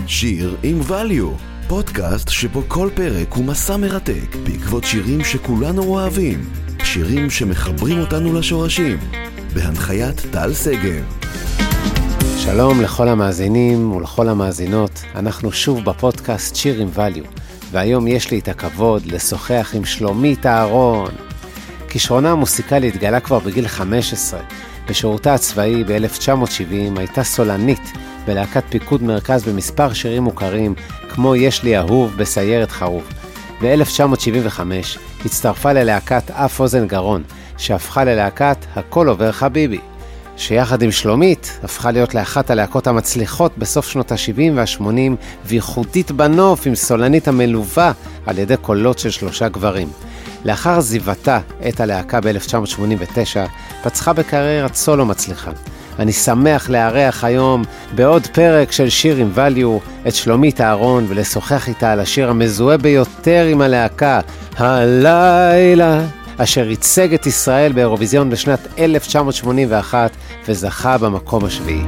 שיר עם value, פודקאסט שבו כל פרק הוא מסע מרתק בעקבות שירים שכולנו אוהבים, שירים שמחברים אותנו לשורשים, בהנחיית טל סגר. שלום לכל המאזינים ולכל המאזינות, אנחנו שוב בפודקאסט שיר עם value, והיום יש לי את הכבוד לשוחח עם שלומית אהרון. כישרונה המוסיקלית התגלה כבר בגיל 15, בשירותה הצבאי ב-1970 הייתה סולנית בלהקת פיקוד מרכז במספר שירים מוכרים, כמו יש לי אהוב בסיירת חרוב. ב-1975 הצטרפה ללהקת אף אוזן גרון, שהפכה ללהקת הכל עובר חביבי, שיחד עם שלומית הפכה להיות לאחת הלהקות המצליחות בסוף שנות ה-70 וה-80, וייחודית בנוף עם סולנית המלווה על ידי קולות של 3 גברים. לאחר עזיבתה את הלהקה ב-1989, פצחה בקריירת סולו מצליחה. אני שמח לארח היום בעוד פרק של שיר עם value את שלומית אהרון ולשוחח איתה על השיר המזוהה ביותר עם הלהקה, הלילה, אשר ייצג את ישראל באירוויזיון בשנת 1981 וזכה במקום השביעי.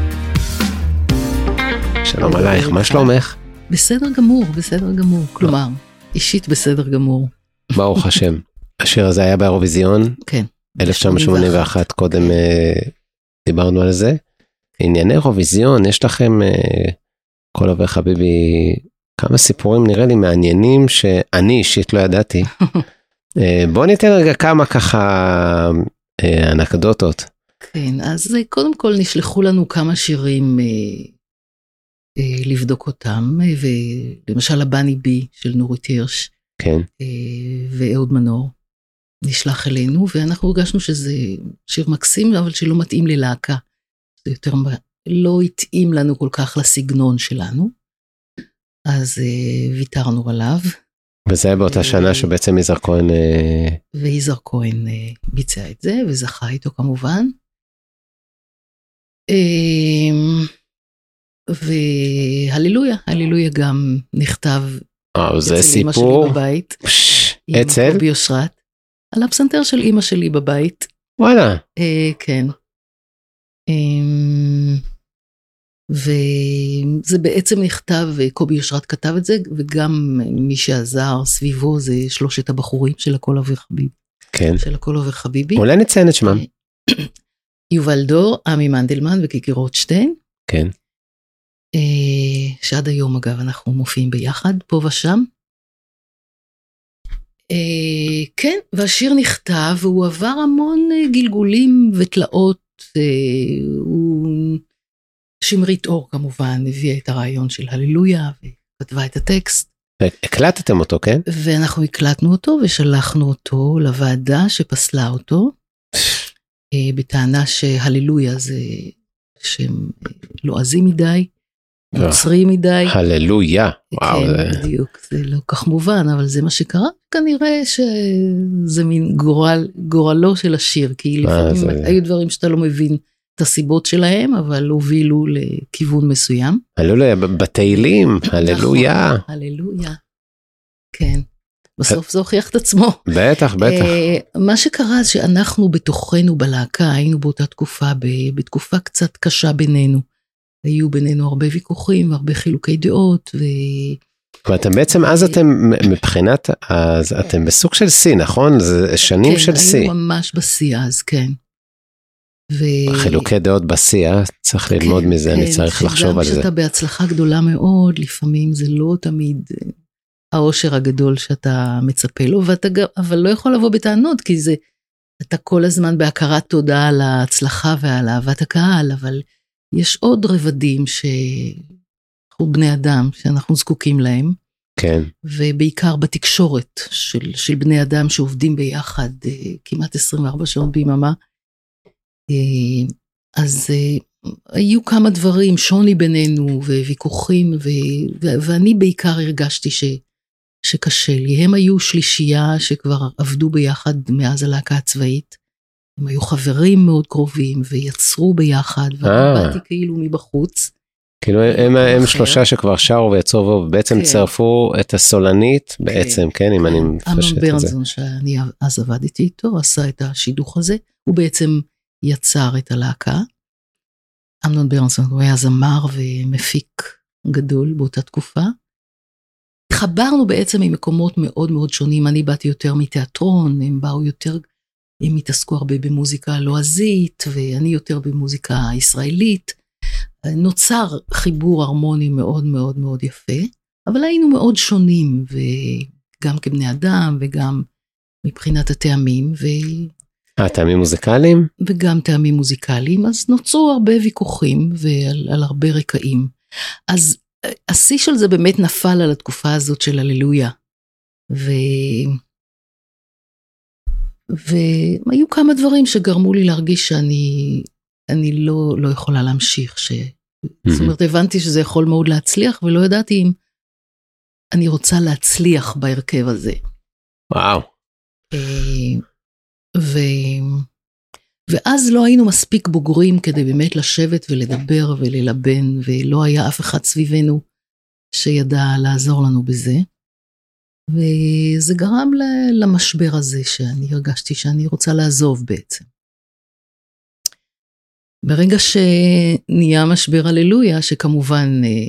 שלום עלייך, מה שלומך? בסדר גמור, כלומר, אישית בסדר גמור. ברוך השם. השיר הזה היה באירוויזיון? כן. 1981, קודם דיברנו על זה. ענייני אירוויזיון, יש לכם כל עובר חביבי כמה סיפורים נראה לי מעניינים שאני אישית לא ידעתי. בוא ניתן רגע כמה ככה אנקדוטות. כן, אז קודם כל נשלחו לנו כמה שירים לבדוק אותם, ולמשל הבני בי של נורית הירש, כן. ואהוד מנור נשלח אלינו, ואנחנו הרגשנו שזה שיר מקסים, אבל שלא מתאים ללהקה. זה יותר לא התאים לנו כל כך לסגנון שלנו, אז ויתרנו עליו. וזה היה באותה שנה שבעצם יזהר כהן... ויזהר כהן ביצע את זה, וזכה איתו כמובן. והללויה גם נכתב אצל אמא שלי בבית. אצל? עם קובי אושרת. על הפסנתר של אמא שלי בבית. וואלה. כן. וזה בעצם נכתב, קובי אושרת כתב את זה, וגם מי שעזר סביבו זה 3 הבחורים של הכל עובר חביבי. כן. של הכל עובר חביבי. אולי נציין את שמם. יובל דור, עמי מנדלמן וקיקי רוטשטיין. כן. שעד היום אגב אנחנו מופיעים ביחד, פה ושם. כן, והשיר נכתב, והוא עבר המון גלגולים ותלאות, שמרית אור כמובן הביאה את הרעיון של הללויה, וכתבה את הטקסט. הקלטתם אותו, כן? ואנחנו הקלטנו אותו ושלחנו אותו לוועדה שפסלה אותו, בטענה שהללויה זה שם לועזי מדי, נוצרי מדי. הללויה. וואו. כן, בדיוק, זה לא כך מובן, אבל זה מה שקרה. כנראה שזה מין גורלו של השיר, כי לפעמים היו דברים שאתה לא מבין את הסיבות שלהם, אבל הובילו לכיוון מסוים. הללויה, בתהילים, הללויה. הללויה, כן. בסוף זה הוכיח את עצמו. בטח. מה שקרה זה שאנחנו בתוכנו בלהקה, היינו באותה תקופה, בתקופה קצת קשה בינינו. היו בינינו הרבה ויכוחים, הרבה חילוקי דעות, ואתם בעצם, אז אתם מבחינת, אז אתם בסוג של שיא, נכון? זה שנים של שיא. כן, היו ממש בשיא אז, כן. חילוקי דעות בשיא, צריך ללמוד מזה, אני צריך לחשוב על זה. גם כשאתה בהצלחה גדולה מאוד, לפעמים זה לא תמיד האושר הגדול שאתה מצפה לו, אבל לא יכול לבוא בטענות, כי אתה כל הזמן בהכרת תודה על ההצלחה ועל אהבת הקהל, אבל יש עוד רבדים שאנחנו בני אדם, שאנחנו זקוקים להם. כן. ובעיקר בתקשורת של בני אדם שעובדים ביחד כמעט 24 שעות ביממה. אז היו כמה דברים, שוני בינינו וויכוחים, ואני בעיקר הרגשתי שקשה לי. הם היו שלישייה שכבר עבדו ביחד מאז הלהקה הצבאית. הם היו חברים מאוד קרובים ויצרו ביחד, ובאתי כאילו מבחוץ. כאילו הם 3 שכבר שרו ויצרו ובעצם צרפו את הסולנית בעצם, כן, אם אני מפשט את זה. אמנון ברנזון שאני אז עבדתי איתו, עשה את השידוך הזה, הוא בעצם יצר את הלהקה. אמנון ברנזון הוא היה זמר ומפיק גדול באותה תקופה. התחברנו בעצם ממקומות מאוד מאוד שונים, אני באתי יותר מתיאטרון, הם באו יותר, הם התעסקו הרבה במוזיקה לועזית, ואני יותר במוזיקה ישראלית. נוצר חיבור הרמוני מאוד מאוד מאוד יפה, אבל היינו מאוד שונים, וגם כבני אדם, וגם מבחינת הטעמים, טעמים מוזיקליים? וגם טעמים מוזיקליים, אז נוצרו הרבה ויכוחים, ועל הרבה רקעים. אז השיא של זה באמת נפל על התקופה הזאת של הללויה, והיו כמה דברים שגרמו לי להרגיש שאני לא יכולה להמשיך, זאת אומרת, הבנתי שזה יכול מאוד להצליח, ולא ידעתי אם אני רוצה להצליח בהרכב הזה. וואו. ואז לא היינו מספיק בוגרים כדי באמת לשבת ולדבר וללבן, ולא היה אף אחד סביבנו שידע לעזור לנו בזה. וזה גרם למשבר הזה שאני הרגשתי שאני רוצה לעזוב בעצם. ברגע שנהיה משבר הללויה, שכמובן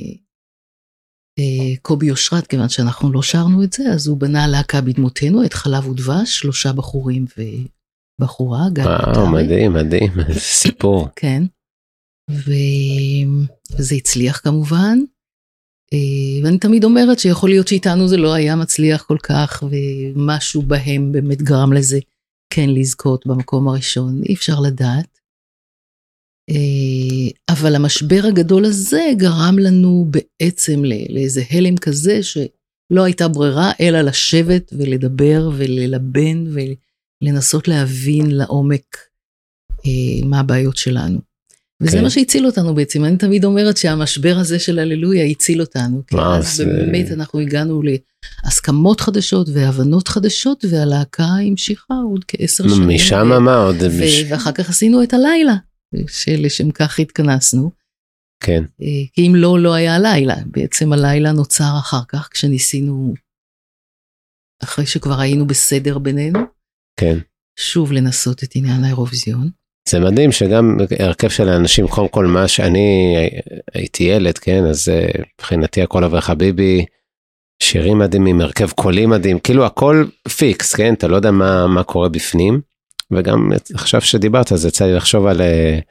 קובי אושרת, כיוון שאנחנו לא שרנו את זה, אז הוא בנה להקה בדמותנו, את חלב ודבש, 3 בחורים ובחורה, וואו, מדהים, מדהים, זה סיפור. כן, וזה הצליח כמובן, ואני תמיד אומרת שיכול להיות שאיתנו זה לא היה מצליח כל כך, ומשהו בהם באמת גרם לזה כן לזכות במקום הראשון, אי אפשר לדעת. אבל המשבר הגדול הזה גרם לנו בעצם לאיזה הלם כזה שלא הייתה ברירה אלא לשבת ולדבר וללבן ולנסות להבין לעומק מה הבעיות שלנו. וזה מה שהציל אותנו בעצם. אני תמיד אומרת שהמשבר הזה של הללויה הציל אותנו, כי אז באמת אנחנו הגענו להסכמות חדשות והבנות חדשות, והלהקה המשיכה עוד כ10 שנים. משם מה עוד? ואחר כך עשינו את הלילה. שלשם כך התכנסנו. כן. כי אם לא היה הלילה. בעצם הלילה נוצר אחר כך, כשניסינו, אחרי שכבר היינו בסדר בינינו, כן. שוב לנסות את עניין האירוויזיון. זה מדהים שגם הרכב של האנשים, קודם כל מה שאני הייתי ילד, כן, אז מבחינתי הכל עבר חביבי, שירים מדהימים, הרכב קולי מדהים, כאילו הכל פיקס, כן, אתה לא יודע מה קורה בפנים, וגם עכשיו שדיברת, אז יצא לי לחשוב על,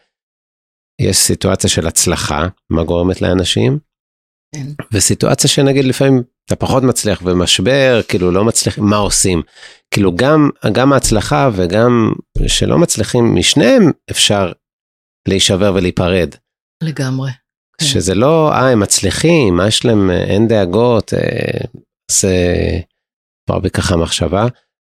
יש סיטואציה של הצלחה, מה גורמת לאנשים, וסיטואציה שנגיד לפעמים אתה פחות מצליח, ומשבר, כאילו לא מצליח, מה עושים? כאילו גם ההצלחה וגם שלא מצליחים, משניהם אפשר להישבר ולהיפרד. לגמרי. שזה לא, הם מצליחים, מה יש להם, אין דאגות, זה כבר בככה מחשבה,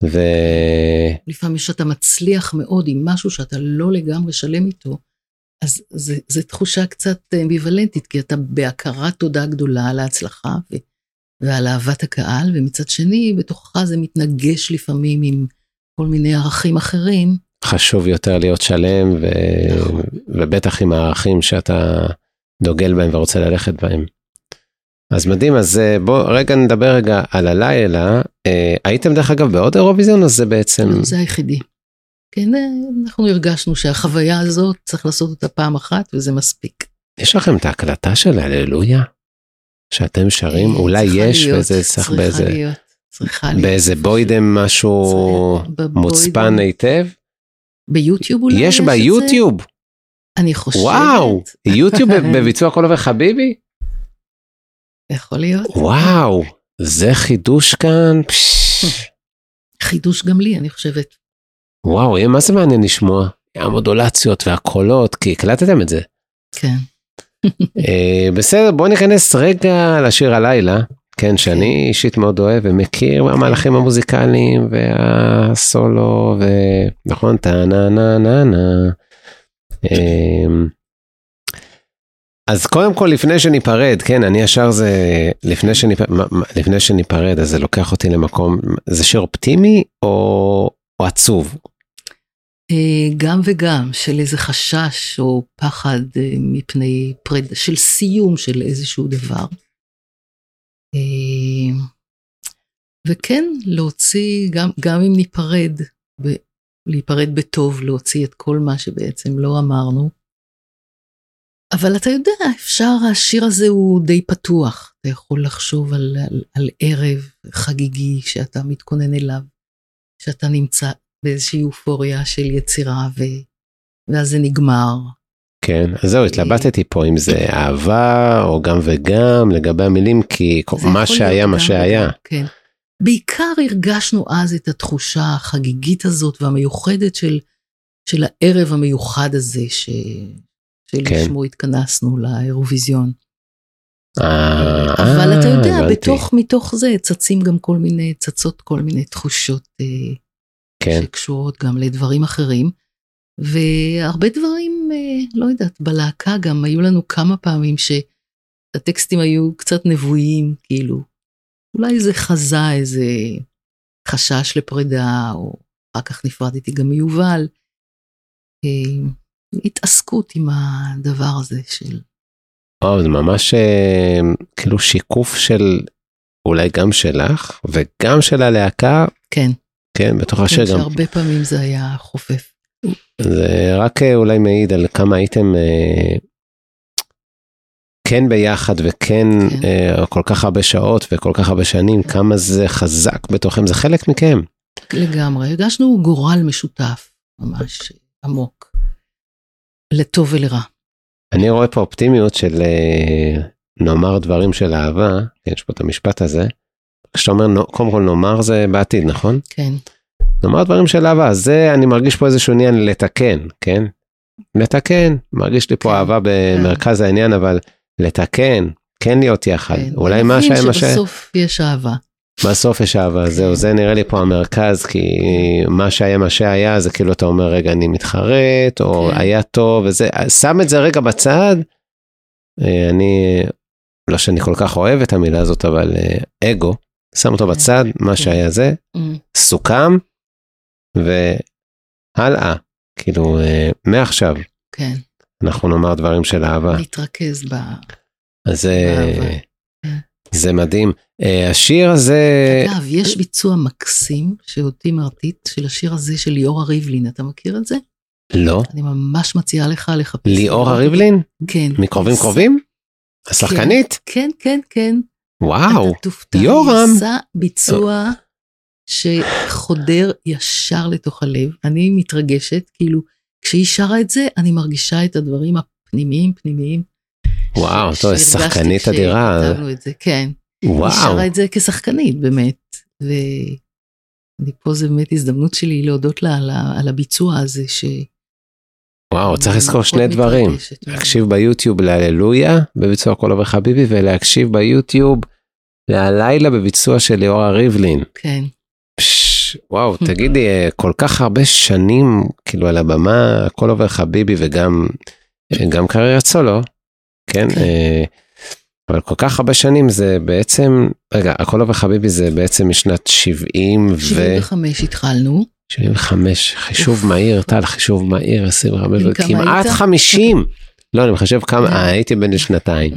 לפעמים שאתה מצליח מאוד עם משהו שאתה לא לגמרי שלם איתו, אז זה תחושה קצת אמביוולנטית, כי אתה בהכרת תודה גדולה על ההצלחה ועל אהבת הקהל, ומצד שני בתוכך זה מתנגש לפעמים עם כל מיני ערכים אחרים. חשוב יותר להיות שלם, ובטח עם הערכים שאתה דוגל בהם ורוצה ללכת בהם. אז מדהים, אז בוא רגע נדבר רגע על הלילה. הייתם דרך אגב בעוד אירוויזיון, אז זה בעצם... זה היחידי. כן, אנחנו הרגשנו שהחוויה הזאת צריך לעשות אותה פעם אחת, וזה מספיק. יש לכם את ההקלטה של הללויה? שאתם שרים? אולי יש וזה צריך באיזה... צריכה להיות. באיזה בוידם משהו מוצפן היטב? ביוטיוב אולי יש ביוטיוב? אני חושבת. וואו, יוטיוב בביצוע כל עובד חביבי? יכול להיות. וואו, זה חידוש כאן. חידוש גם לי, אני חושבת. וואו, מה זה מעניין לשמוע? המודולציות והקולות, כי הקלטתם את זה. כן. בסדר, בוא ניכנס רגע לשיר הלילה, כן, שאני אישית מאוד אוהב ומכיר המהלכים המוזיקליים והסולו, ונכון, טה-נה-נה-נה-נה. אז קודם כל, לפני שניפרד, כן, אני ישר זה, לפני שניפרד, אז זה לוקח אותי למקום, זה שיר אופטימי או עצוב? גם וגם, של איזה חשש או פחד מפני פרידה, של סיום של איזשהו דבר. וכן, להוציא, גם אם ניפרד, להיפרד בטוב, להוציא את כל מה שבעצם לא אמרנו, אבל אתה יודע, השיר הזה הוא די פתוח, אתה יכול לחשוב על ערב חגיגי שאתה מתכונן אליו, שאתה נמצא באיזושהי אופוריה של יצירה, ואז זה נגמר. כן, אז זהו, התלבטתי פה אם זה אהבה או גם וגם לגבי המילים, כי מה שהיה, מה שהיה. כן. בעיקר הרגשנו אז את התחושה החגיגית הזאת והמיוחדת של הערב המיוחד הזה שלשמו התכנסנו לאירוויזיון. אבל אתה יודע, מתוך זה צצים גם צצות כל מיני תחושות שקשורות גם לדברים אחרים, והרבה דברים, לא יודעת, בלהקה גם היו לנו כמה פעמים שהטקסטים היו קצת נבואיים, כאילו, אולי זה חזה איזה חשש לפרידה, או אחר כך נפרדתי גם מיובל, התעסקות עם הדבר הזה של... זה ממש כאילו שיקוף של, אולי גם שלך, וגם של הלהקה. כן. כן, בתוך השיר גם. שהרבה פעמים זה היה חופף. זה רק אולי מעיד על כמה הייתם כן ביחד, וכן כל כך הרבה שעות, וכל כך הרבה שנים, כמה זה חזק בתוכם, זה חלק מכם. לגמרי, הרגשנו גורל משותף, ממש עמוק, לטוב ולרע. אני רואה פה אופטימיות של נאמר דברים של אהבה, יש פה את המשפט הזה, כשאתה אומר, קודם כל נאמר זה בעתיד, נכון? כן. נאמר דברים של אהבה, זה אני מרגיש פה איזשהו עניין לתקן, כן? לתקן, מרגיש לי פה אהבה במרכז העניין, אבל לתקן, כן להיות יחד, אולי מה שהיה מה שהיה. בסוף יש אהבה. בסוף יש אהבה, זהו, זה נראה לי פה המרכז, כי מה שהיה מה שהיה, זה כאילו אתה אומר, רגע, אני מתחרט, או היה טוב, וזה, שם את זה רגע בצד, אני, לא שאני כל כך אוהב את המילה הזאת, אבל אגו, שם אותו בצד, מה שהיה זה, סוכם, והלאה, כאילו, מעכשיו, אנחנו נאמר דברים של אהבה. נתרכז באהבה. אז זה מדהים. השיר הזה... אגב, יש ביצוע מקסים שאותי מרתית של השיר הזה של ליאורה ריבלין, אתה מכיר את זה? לא. אני ממש מציעה לך לחפש. ליאורה ריבלין? כן. מקרובים קרובים? השחקנית? כן, כן, כן. וואו, יורם. היא עושה ביצוע שחודר ישר לתוך הלב. אני מתרגשת, כאילו, כשהיא שרה את זה, אני מרגישה את הדברים הפנימיים. וואו, טוב, שחקנית אדירה. כן. וואו. היא שרה את זה כשחקנית, באמת. ופה זה באמת הזדמנות שלי להודות לה על הביצוע הזה ש... וואו, צריך לזכור שני דברים. להקשיב ביוטיוב להללויה, בביצוע כל אוהב חביבי, ולהקשיב ביוטיוב להלילה בביצוע של ליאורה ריבלין. כן. וואו, תגידי, כל כך הרבה שנים, כאילו על הבמה, כל אוהב חביבי, וגם קריירת סולו, כן? אבל כל כך הרבה שנים זה בעצם, רגע, הכל אוהב חביבי זה בעצם משנת 75 התחלנו. 75, חישוב מהיר, טל, חישוב מהיר, 25, כמעט 50. לא, אני מחשב כמה, הייתי בן שנתיים.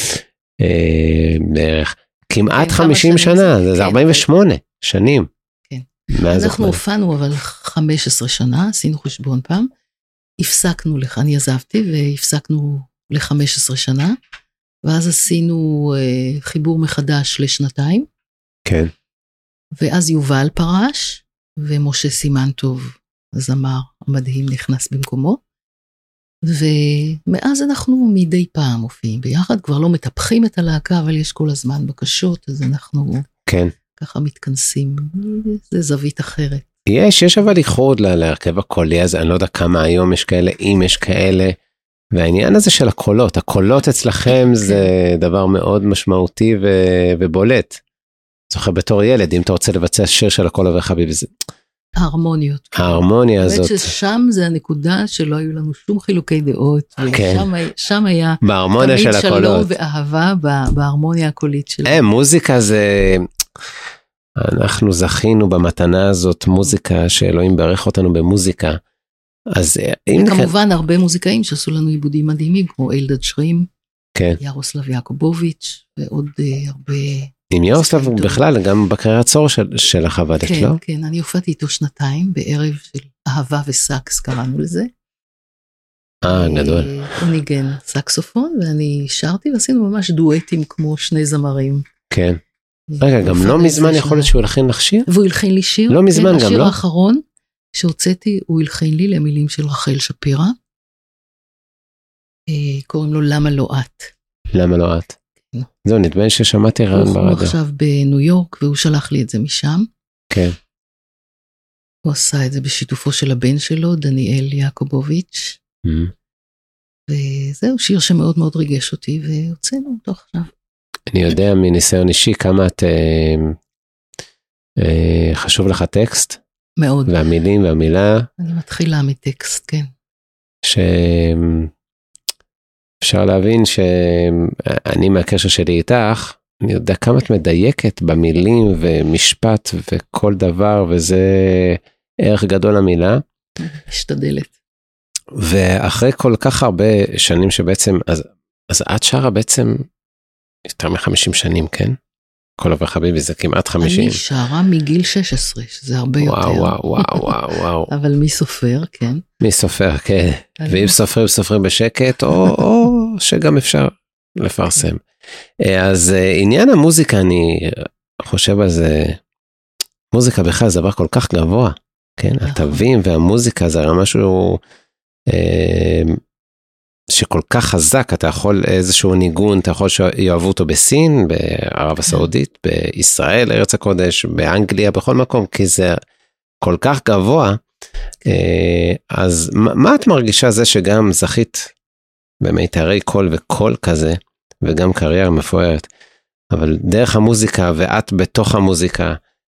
בערך, כמעט 50 שנה, זה 48 שנים. כן. אנחנו הופענו אבל 15 שנה, עשינו חשבון פעם, הפסקנו לך, אני עזבתי והפסקנו ל-15 שנה, ואז עשינו חיבור מחדש לשנתיים. כן. ואז יובל פרש, ומשה סימן טוב, הזמר המדהים, נכנס במקומו. ומאז אנחנו מדי פעם מופיעים ביחד, כבר לא מטפחים את הלהקה, אבל יש כל הזמן בקשות, אז אנחנו כן. ככה מתכנסים, זה זווית אחרת. יש אבל ייחוד להרכב הקולי הזה, אני לא יודע כמה היום יש כאלה, אם יש כאלה, והעניין הזה של הקולות אצלכם זה דבר מאוד משמעותי ובולט. זוכר בתור ילד, אם אתה רוצה לבצע שיר של הכל אוהב חביבי, זה... ההרמוניות. ההרמוניה הזאת. באמת ששם זה הנקודה שלא היו לנו שום חילוקי דעות, ושם היה בהרמוניה של תמיד הקולות. שלום ואהבה בהרמוניה הקולית שלנו. מוזיקה זה... אנחנו זכינו במתנה הזאת, מוזיקה שאלוהים ברך אותנו במוזיקה. אז וכמובן הרבה מוזיקאים שעשו לנו עיבודים מדהימים, כמו אלדד שרים, כן. ירוסלב יעקובוביץ' ועוד הרבה... עם ירוסלב בכלל, גם בקריירת סור שלך עבדת, כן, לא? כן, אני הופעתי איתו שנתיים, בערב של אהבה וסקס קראנו לזה, גדול. הוא ניגן סקסופון, ואני שרתי, ועשינו ממש דואטים כמו שני זמרים. כן. רגע, גם לא מזמן יכול להיות שהוא ילחין לך שיר? והוא ילחין לי שיר. לא מזמן גם לא? השיר האחרון שהוצאתי, הוא ילחין לי למילים של רחל שפירא. קוראים לו למה לא את. למה לא את? זהו, נדמה לי ששמעתי רעיון ברדיו. הוא עכשיו בניו יורק, והוא שלח לי את זה משם. כן. הוא עשה את זה בשיתופו של הבן שלו, דניאל יעקובוביץ'. וזהו, שיר שמאוד מאוד ריגש אותי, והוצאנו אותו עכשיו. אני יודע מניסיון אישי כמה את חשוב לך טקסט. מאוד. והמילים והמילה. אני מתחילה מטקסט, כן. אפשר להבין שאני מהקשר שלי איתך, אני יודע כמה את מדייקת במילים ומשפט וכל דבר, וזה ערך גדול למילה. משתדלת. ואחרי כל כך הרבה שנים שבעצם, אז את שרה בעצם יותר מ-50 שנים, כן? כל אבר חביבי זה כמעט 50. אני שרה מגיל 16, שזה הרבה יותר. וואו. אבל מי סופר, כן. מי סופר, כן. ואם סופרים בשקט, או שגם אפשר לפרסם. אז עניין המוזיקה, אני חושב על זה, מוזיקה בכלל זה דבר כל כך גבוה, כן? התווים והמוזיקה זה משהו שכל כך חזק, אתה יכול איזשהו ניגון, אתה יכול שיאהבו אותו בסין, בערב הסעודית, בישראל, ארץ הקודש, באנגליה, בכל מקום, כי זה כל כך גבוה. אז מה את מרגישה זה שגם זכית במיתרי קול וקול כזה, וגם קריירה מפוארת, אבל דרך המוזיקה ואת בתוך המוזיקה,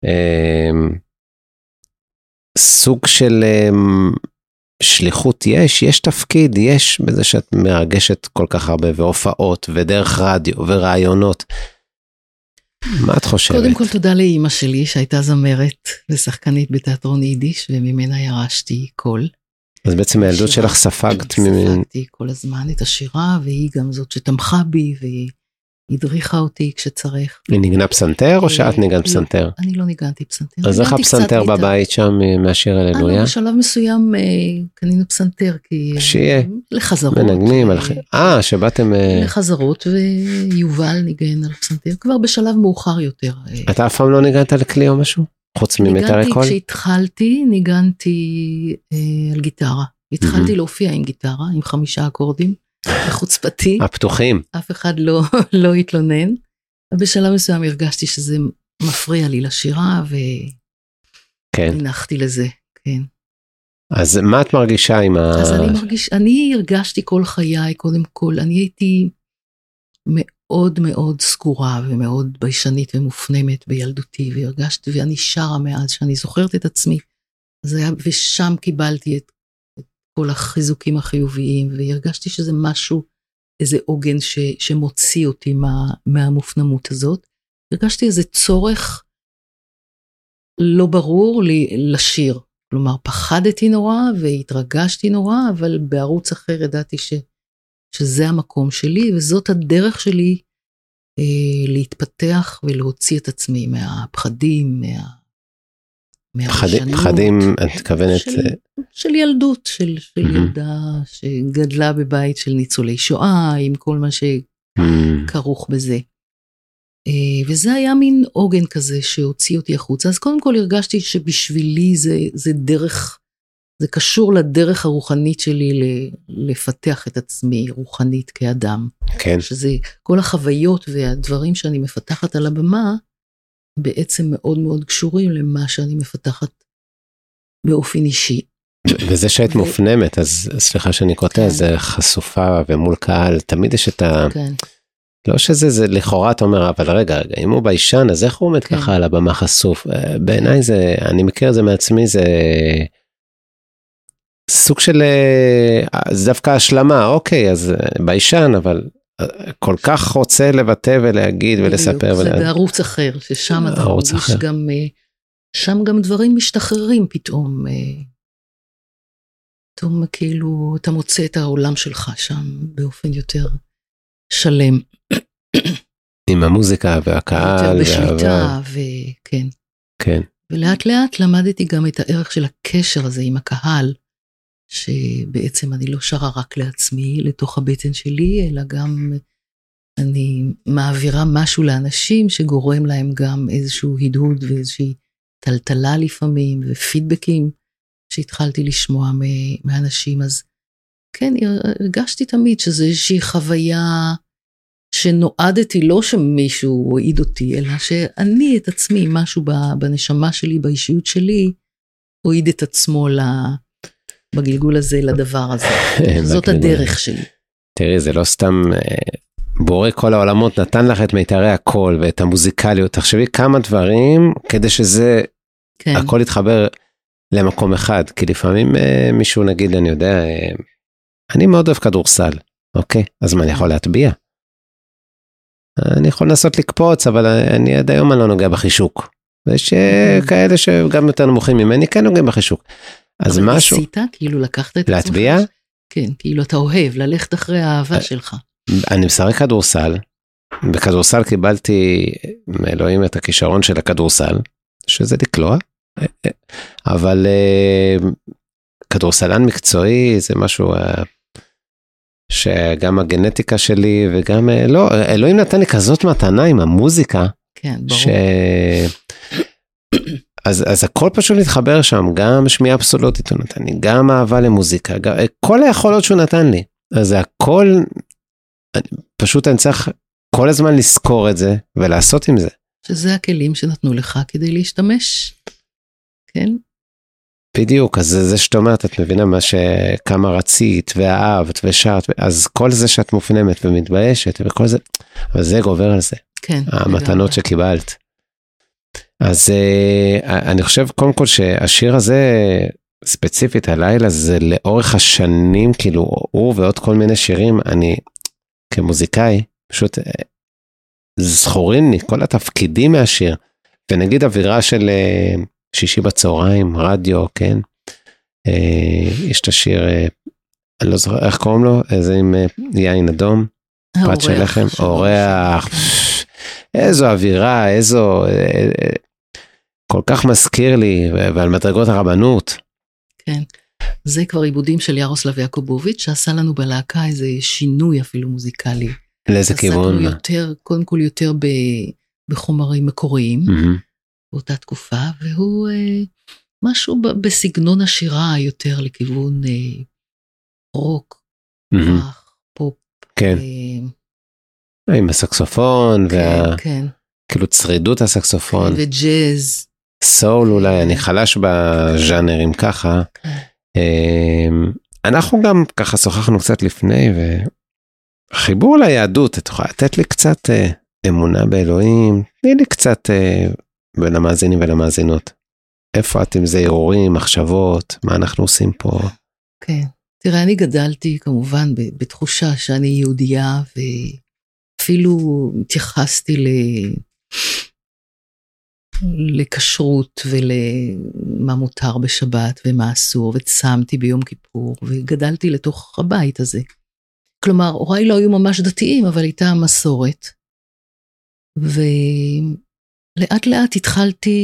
סוג של שליחות יש תפקיד, יש בזה שאת מרגשת כל כך הרבה, והופעות, ודרך רדיו, ורעיונות. מה את חושבת? קודם כל תודה לאמא שלי, שהייתה זמרת ושחקנית בתיאטרון יידיש, וממנה ירשתי קול. אז בעצם הילדות שלך ספגת ספגתי כל הזמן את השירה, והיא גם זאת שתמכה בי, והיא הדריכה אותי כשצריך. היא ניגנה פסנתר או שאת ניגנת פסנתר? אני לא ניגנתי פסנתר. אז איך הפסנתר בבית שם מהשיר הללויה? בשלב מסוים קנינו פסנתר, כי שיהיה. לחזרות. מנגנים, שבאתם לחזרות, ויובל ניגן על פסנתר, כבר בשלב מאוחר יותר. אתה אף פעם לא ניגנת על כלי או משהו? חוץ ממיתרי קול? כשהתחלתי, ניגנתי על גיטרה. התחלתי להופיע עם גיטרה, עם 5 אקורדים. חוצפתי. הפתוחים. אף אחד לא התלונן. בשלב מסוים הרגשתי שזה מפריע לי לשירה, והנחתי לזה, כן. אז מה את מרגישה עם אז אני הרגשתי כל חיי, קודם כל, אני הייתי מאוד מאוד סגורה, ומאוד ביישנית ומופנמת בילדותי, והרגשתי, ואני שרה מאז שאני זוכרת את עצמי, ושם קיבלתי את כל החיזוקים החיוביים, והרגשתי שזה משהו, איזה עוגן שמוציא אותי מהמופנמות הזאת. הרגשתי איזה צורך לא ברור לשיר. כלומר, פחדתי נורא והתרגשתי נורא, אבל בערוץ אחר ידעתי שזה המקום שלי, וזאת הדרך שלי להתפתח ולהוציא את עצמי מהפחדים, פחדים, את מתכוונת? של ילדות, של ילדה שגדלה בבית של ניצולי שואה, עם כל מה שכרוך בזה. וזה היה מין עוגן כזה שהוציא אותי החוצה. אז קודם כל הרגשתי שבשבילי זה דרך, זה קשור לדרך הרוחנית שלי לפתח את עצמי רוחנית כאדם. כן. שזה כל החוויות והדברים שאני מפתחת על הבמה, בעצם מאוד מאוד קשורים למה שאני מפתחת באופן אישי. וזה שהיית מופנמת, אז סליחה שאני קוטע, זה חשופה ומול קהל, תמיד יש את ה... לא שזה לכאורה, אתה אומר, אבל רגע, אם הוא ביישן, אז איך הוא עומד ככה על הבמה חשוף? בעיניי זה, אני מכיר את זה מעצמי, זה סוג של, זה דווקא השלמה, אוקיי, אז ביישן, אבל כל כך רוצה לבטא ולהגיד ולספר. זה בערוץ אחר, ששם אתה מרגיש גם, שם גם דברים משתחררים פתאום, פתאום כאילו אתה מוצא את העולם שלך שם באופן יותר שלם. עם המוזיקה והקהל. יותר בשליטה, וכן. כן. ולאט לאט למדתי גם את הערך של הקשר הזה עם הקהל, שבעצם אני לא שרה רק לעצמי, לתוך הבטן שלי, אלא גם אני מעבירה משהו לאנשים שגורם להם גם איזשהו הדהוד ואיזושהי טלטלה לפעמים, ופידבקים שהתחלתי לשמוע מאנשים. אז כן, הרגשתי תמיד שזו איזושהי חוויה שנועדתי, לא שמישהו הועיד אותי, אלא שאני את עצמי, משהו בנשמה שלי, באישיות שלי, הועיד את עצמו בגלגול הזה, לדבר הזה. זאת הדרך שלי. תראי, זה לא סתם בורא כל העולמות, נתן לך את מיתרי הקול ואת המוזיקליות. תחשבי כמה דברים כדי שזה הכל יתחבר למקום אחד. כי לפעמים מישהו נגיד, אני יודע, אני מאוד אוהב כדורסל, אוקיי? אז מה, אני יכול להטביע? אני יכול לנסות לקפוץ, אבל אני עד היום לא נוגע בחישוק. ויש כאלה שגם יותר נמוכים ממני, כן נוגעים בחישוק. אז משהו... אבל עשית, כאילו לקחת את להטביע? כן, כאילו אתה אוהב, ללכת אחרי האהבה שלך. אני משחק כדורסל, בכדורסל קיבלתי מאלוהים את הכישרון של הכדורסל, שזה לקלוע, אבל כדורסלן מקצועי זה משהו שגם הגנטיקה שלי וגם, לא, אלוהים נתן לי כזאת מתנה עם המוזיקה, כן, ברור. אז הכל פשוט להתחבר שם, גם שמיעה אבסולוטית הוא נתן לי, גם אהבה למוזיקה, כל היכולות שהוא נתן לי, אז זה הכל, פשוט אני צריך כל הזמן לזכור את זה, ולעשות עם זה. שזה הכלים שנתנו לך כדי להשתמש, כן? בדיוק, אז זה שאת אומרת, את מבינה מה שכמה רצית, ואהבת, ושרת, אז כל זה שאת מופנמת ומתביישת, וכל זה, אבל זה גובר על זה. כן. המתנות שקיבלת. אז אני חושב קודם כל שהשיר הזה, ספציפית הלילה, זה לאורך השנים, כאילו הוא ועוד כל מיני שירים, אני כמוזיקאי, פשוט זכורים לי כל התפקידים מהשיר, ונגיד אווירה של שישי בצהריים, רדיו, כן, יש את השיר, אני לא זוכר איך קוראים לו, איזה עם יין אדום, פת של לחם, אורח, איזו אווירה, איזו, כל כך מזכיר לי, ועל מדרגות הרבנות. כן, זה כבר עיבודים של ירוסלב יעקובוביץ', שעשה לנו בלהקה איזה שינוי אפילו מוזיקלי. לאיזה כיוון? יותר, קודם כל יותר בחומרים מקוריים, באותה תקופה, והוא משהו בסגנון השירה יותר לכיוון רוק, פופ. כן. עם הסקסופון, כאילו צרידות הסקסופון. וג'אז. סול אולי, אני חלש בז'אנרים ככה. אנחנו גם ככה שוחחנו קצת לפני, וחיבור ליהדות, את יכולה לתת לי קצת אמונה באלוהים, תני לי קצת בין המאזינים ולמאזינות. איפה את עם זה ערעורים, מחשבות, מה אנחנו עושים פה? כן, תראה, אני גדלתי כמובן בתחושה שאני יהודייה, ואפילו התייחסתי לקשרות ולמה מותר בשבת ומה אסור, וצמתי ביום כיפור, וגדלתי לתוך הבית הזה. כלומר, הוריי לא היו ממש דתיים, אבל הייתה מסורת. ולאט לאט התחלתי,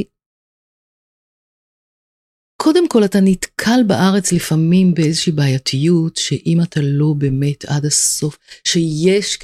קודם כל אתה נתקל בארץ לפעמים באיזושהי בעייתיות, שאם אתה לא באמת עד הסוף, שיש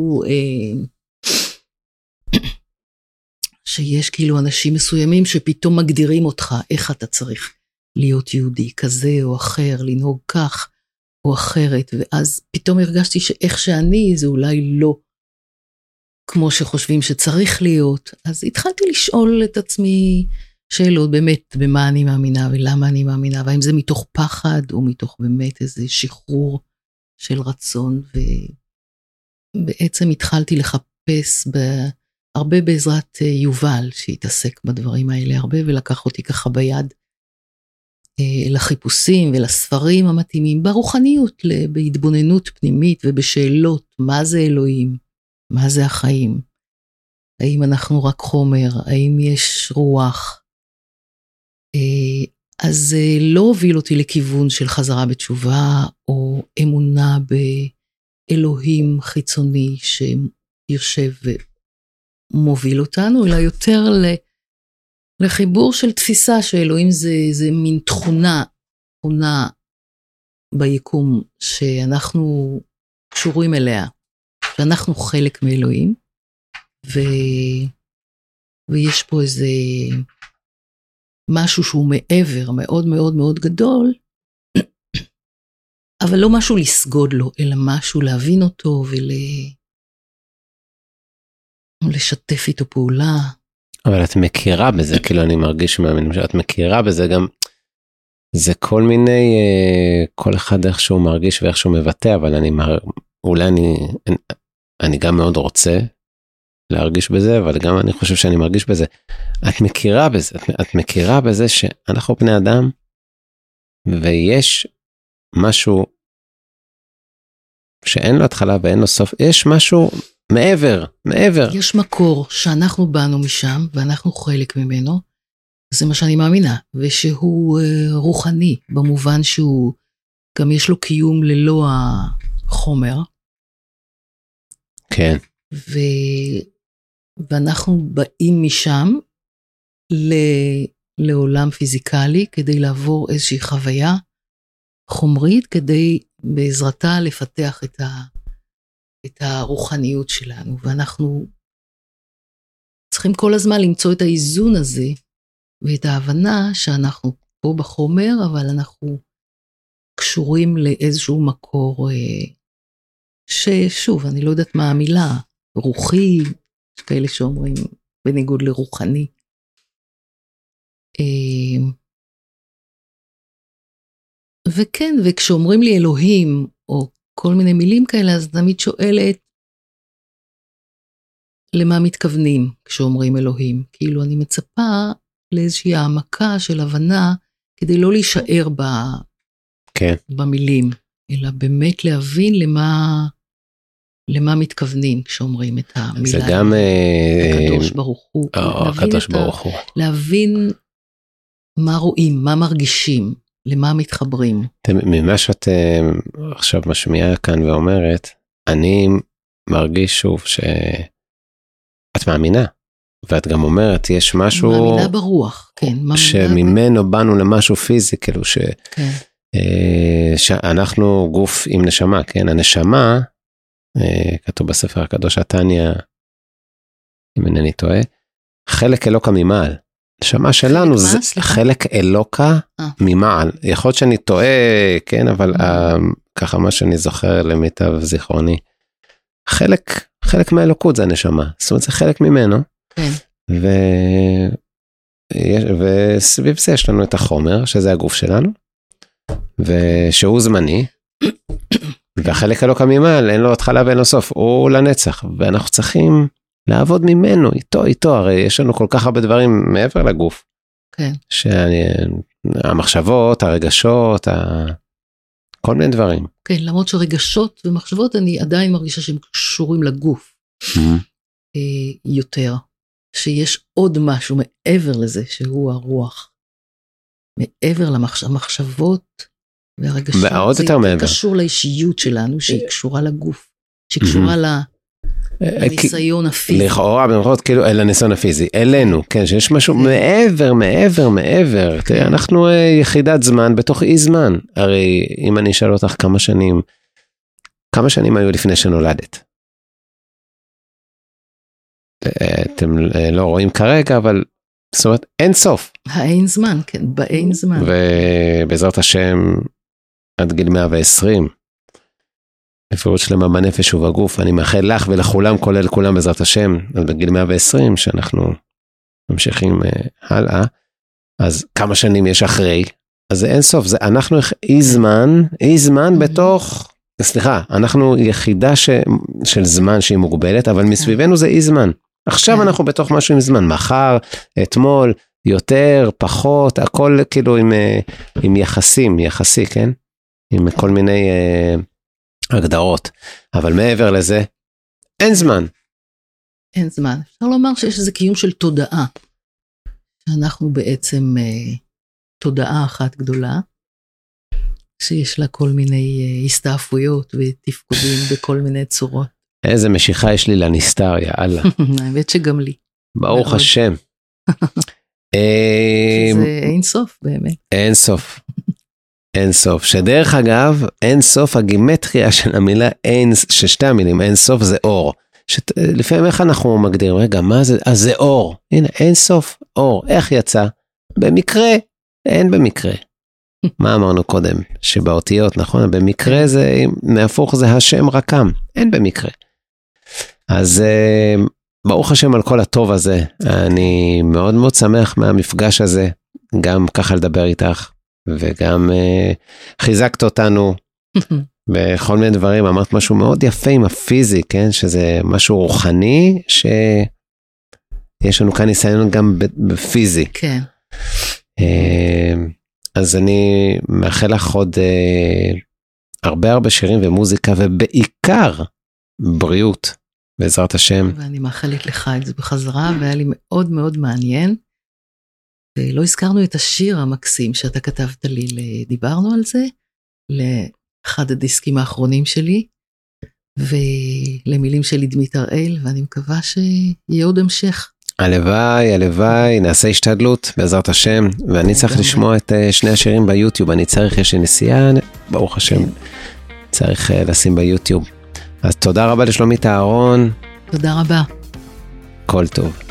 כאילו אנשים מסוימים שפתאום מגדירים אותך, איך אתה צריך להיות יהודי, כזה או אחר, לנהוג כך או אחרת, ואז פתאום הרגשתי שאיך שאני זה אולי לא כמו שחושבים שצריך להיות, אז התחלתי לשאול את עצמי שאלות באמת במה אני מאמינה ולמה אני מאמינה, והאם זה מתוך פחד או מתוך באמת איזה שחרור של רצון, ובעצם התחלתי לחפש הרבה בעזרת יובל שהתעסק בדברים האלה הרבה, ולקח אותי ככה ביד לחיפושים ולספרים המתאימים, ברוחניות, בהתבוננות פנימית ובשאלות, מה זה אלוהים, מה זה החיים, האם אנחנו רק חומר, האם יש רוח, אז זה לא הוביל אותי לכיוון של חזרה בתשובה, או אמונה באלוהים חיצוני שיושב ומוביל אותנו, אלא יותר לחיבור של תפיסה שאלוהים זה מין תכונה ביקום שאנחנו קשורים אליה, שאנחנו חלק מאלוהים, ויש פה איזה משהו שהוא מעבר, מאוד מאוד מאוד גדול, אבל לא משהו לסגוד לו, אלא משהו להבין אותו ולשתף איתו פעולה. אבל את מכירה בזה, כאילו אני מרגיש מאמין, שאת מכירה בזה גם, זה כל מיני, כל אחד איך שהוא מרגיש ואיך שהוא מבטא, אבל אולי אני גם מאוד רוצה להרגיש בזה, אבל גם אני חושב שאני מרגיש בזה. את מכירה בזה, את מכירה בזה שאנחנו בני אדם, ויש משהו שאין לו התחלה ואין לו סוף, יש משהו מעבר. יש מקור שאנחנו באנו משם, ואנחנו חלק ממנו, זה מה שאני מאמינה, ושהוא רוחני, במובן שהוא, גם יש לו קיום ללא החומר. כן. ואנחנו באים משם לעולם פיזיקלי, כדי לעבור איזושהי חוויה חומרית, כדי בעזרתה לפתח את הרוחניות שלנו, ואנחנו צריכים כל הזמן למצוא את האיזון הזה, ואת ההבנה שאנחנו פה בחומר, אבל אנחנו קשורים לאיזשהו מקור, ששוב, אני לא יודעת מה המילה, רוחי, יש כאלה שאומרים, בניגוד לרוחני. וכן, וכשאומרים לי אלוהים, או כל מיני מילים כאלה, אז תמיד שואלת, למה מתכוונים כשאומרים אלוהים? כאילו אני מצפה לאיזושהי העמקה של הבנה, כדי לא להישאר במילים, אלא באמת להבין למה מתכוונים כשאומרים את המילה. זה גם הקדוש ברוך הוא. הקדוש ברוך הוא. להבין מה רואים, מה מרגישים, למה מתחברים. ממה שאת עכשיו משמיעה כאן ואומרת, אני מרגיש שוב שאת מאמינה, ואת גם אומרת, יש משהו... מאמינה ברוח, כן. שממנו באנו למשהו פיזי, כאילו שאנחנו גוף עם נשמה, כן? הנשמה, כתוב בספר הקדוש התניא, אם אינני טועה, חלק אלוקה ממעל. נשמה שלנו זה חלק אלוקה ממעל. יכול להיות שאני טועה, כן, אבל ככה מה שאני זוכר למיטב זיכרוני, חלק מהאלוקות זה הנשמה, זאת אומרת זה חלק ממנו, וסביב זה יש לנו את החומר, שזה הגוף שלנו, ושהוא זמני, והחלק אלוקה ממעל, אין לו התחלה ואין לו סוף, הוא לנצח, ואנחנו צריכים לעבוד ממנו, איתו, הרי יש לנו כל כך הרבה דברים מעבר לגוף, המחשבות, הרגשות, כל מיני דברים. כן, למרות שרגשות ומחשבות, אני עדיין מרגישה שהם קשורים לגוף, יותר, שיש עוד משהו מעבר לזה, שהוא הרוח, מעבר למחשבות והרגשות, זה יותר קשור לאישיות שלנו, שהיא קשורה לגוף, שהיא קשורה לניסיון הפיזי. לכאורה, במחאות כאילו, אל הניסיון הפיזי, אלינו, כן, שיש משהו מעבר, תראה, אנחנו יחידת זמן בתוך אי זמן, הרי אם אני אשאל אותך כמה שנים היו לפני שנולדת? אתם לא רואים כרגע, אבל זאת אומרת, אין סוף. האין זמן, כן, באין זמן. ובעזרת השם, עד גיל 120, בפירוט שלמה בנפש ובגוף, אני מאחל לך ולכולם, כולל כולם בעזרת השם, אז בגיל 120, שאנחנו ממשיכים הלאה, אז כמה שנים יש אחרי, אז זה אין סוף, זה אנחנו אי זמן בתוך, סליחה, אנחנו יחידה של זמן שהיא מוגבלת, אבל מסביבנו זה אי זמן. עכשיו אנחנו בתוך משהו עם זמן, מחר, אתמול, יותר, פחות, הכל כאילו עם יחסי, כן? עם כל מיני הגדרות. אבל מעבר לזה, אין זמן. אין זמן. אפשר לומר שיש איזה קיום של תודעה. שאנחנו בעצם תודעה אחת גדולה, שיש לה כל מיני הסתעפויות ותפקודים בכל מיני צורות. איזה משיכה יש לי לנסתר, יאללה. האמת שגם לי. ברוך השם. זה אין סוף באמת. אין סוף. אין סוף, שדרך אגב, אין סוף הגימטריה של המילה ששתי המילים, אין סוף זה אור. לפעמים איך אנחנו מגדירים, רגע, מה זה? אז זה אור. הנה, אין סוף, אור. איך יצא? במקרה, אין במקרה. מה אמרנו קודם? שבאותיות, נכון? במקרה זה, מהפוך זה השם רקם. אין במקרה. אז ברוך השם על כל הטוב הזה. אני מאוד מאוד שמח מהמפגש הזה. גם ככה לדבר איתך. וגם חיזקת אותנו. בכל מיני דברים, אמרת משהו מאוד יפה עם הפיזי, כן? שזה משהו רוחני, שיש לנו כאן ניסיון גם בפיזי. כן. אז אני מאחל לך עוד הרבה שירים ומוזיקה, ובעיקר בריאות, בעזרת השם. ואני מאחלת לך את זה בחזרה, והיה לי מאוד מאוד מעניין. ולא הזכרנו את השיר המקסים שאתה כתבת לי, דיברנו על זה, אחד הדיסקים האחרונים שלי, ולמילים שלי דמית הראל, ואני מקווה שיהיה עוד המשך. הלוואי, נעשה השתדלות בעזרת השם, ואני צריך לשמוע את שני השירים ביוטיוב, יש לי נסיעה, ברוך השם, צריך לשים ביוטיוב. אז תודה רבה לשלומית אהרון. תודה רבה. כל טוב.